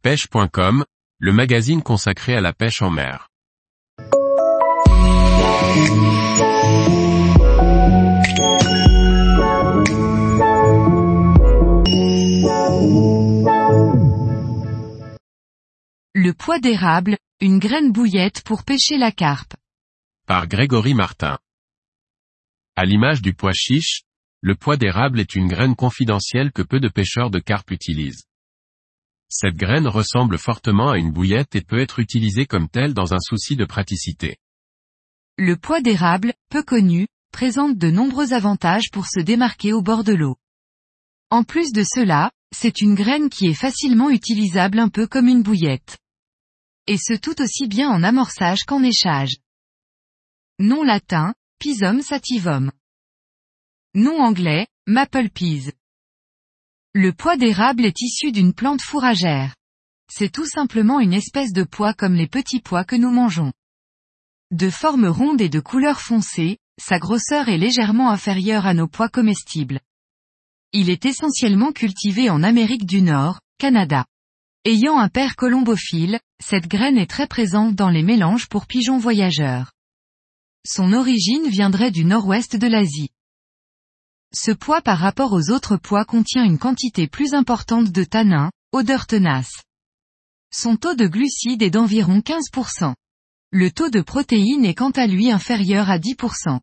pêche.com, le magazine consacré à la pêche en mer. Le pois d'érable, une graine bouillette pour pêcher la carpe. Par Grégory Martin. À l'image du pois chiche, le pois d'érable est une graine confidentielle que peu de pêcheurs de carpe utilisent. Cette graine ressemble fortement à une bouillette et peut être utilisée comme telle dans un souci de praticité. Le pois d'érable, peu connu, présente de nombreux avantages pour se démarquer au bord de l'eau. En plus de cela, c'est une graine qui est facilement utilisable un peu comme une bouillette. Et ce tout aussi bien en amorçage qu'en échage. Nom latin, Pisum sativum. Nom anglais, Maple Peas. Le pois d'érable est issu d'une plante fourragère. C'est tout simplement une espèce de pois comme les petits pois que nous mangeons. De forme ronde et de couleur foncée, sa grosseur est légèrement inférieure à nos pois comestibles. Il est essentiellement cultivé en Amérique du Nord, Canada. Ayant un père colombophile, cette graine est très présente dans les mélanges pour pigeons voyageurs. Son origine viendrait du nord-ouest de l'Asie. Ce pois par rapport aux autres pois contient une quantité plus importante de tanins, odeur tenace. Son taux de glucides est d'environ 15%. Le taux de protéines est quant à lui inférieur à 10%.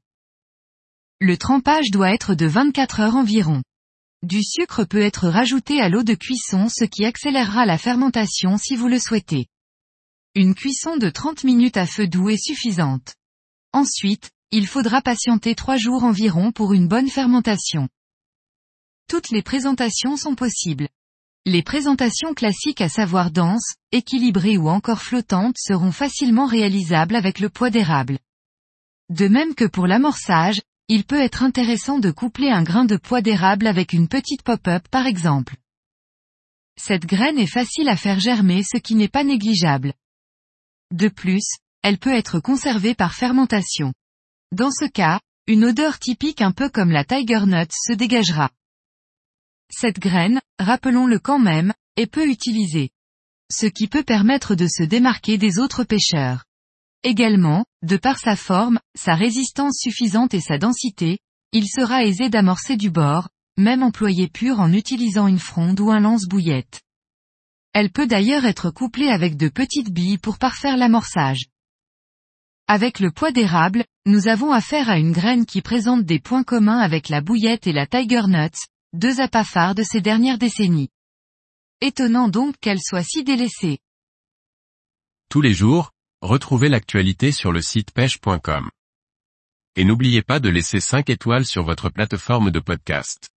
Le trempage doit être de 24 heures environ. Du sucre peut être rajouté à l'eau de cuisson, ce qui accélérera la fermentation si vous le souhaitez. Une cuisson de 30 minutes à feu doux est suffisante. Ensuite, il faudra patienter 3 jours environ pour une bonne fermentation. Toutes les présentations sont possibles. Les présentations classiques à savoir denses, équilibrées ou encore flottantes seront facilement réalisables avec le pois d'érable. De même que pour l'amorçage, il peut être intéressant de coupler un grain de pois d'érable avec une petite pop-up par exemple. Cette graine est facile à faire germer, ce qui n'est pas négligeable. De plus, elle peut être conservée par fermentation. Dans ce cas, une odeur typique un peu comme la tiger nut se dégagera. Cette graine, rappelons-le quand même, est peu utilisée. Ce qui peut permettre de se démarquer des autres pêcheurs. Également, de par sa forme, sa résistance suffisante et sa densité, il sera aisé d'amorcer du bord, même employée pure en utilisant une fronde ou un lance-bouillette. Elle peut d'ailleurs être couplée avec de petites billes pour parfaire l'amorçage. Avec le pois d'érable, nous avons affaire à une graine qui présente des points communs avec la bouillette et la tiger nut, deux appâts phares de ces dernières décennies. Étonnant donc qu'elle soit si délaissée. Tous les jours, retrouvez l'actualité sur le site pêche.com. Et n'oubliez pas de laisser 5 étoiles sur votre plateforme de podcast.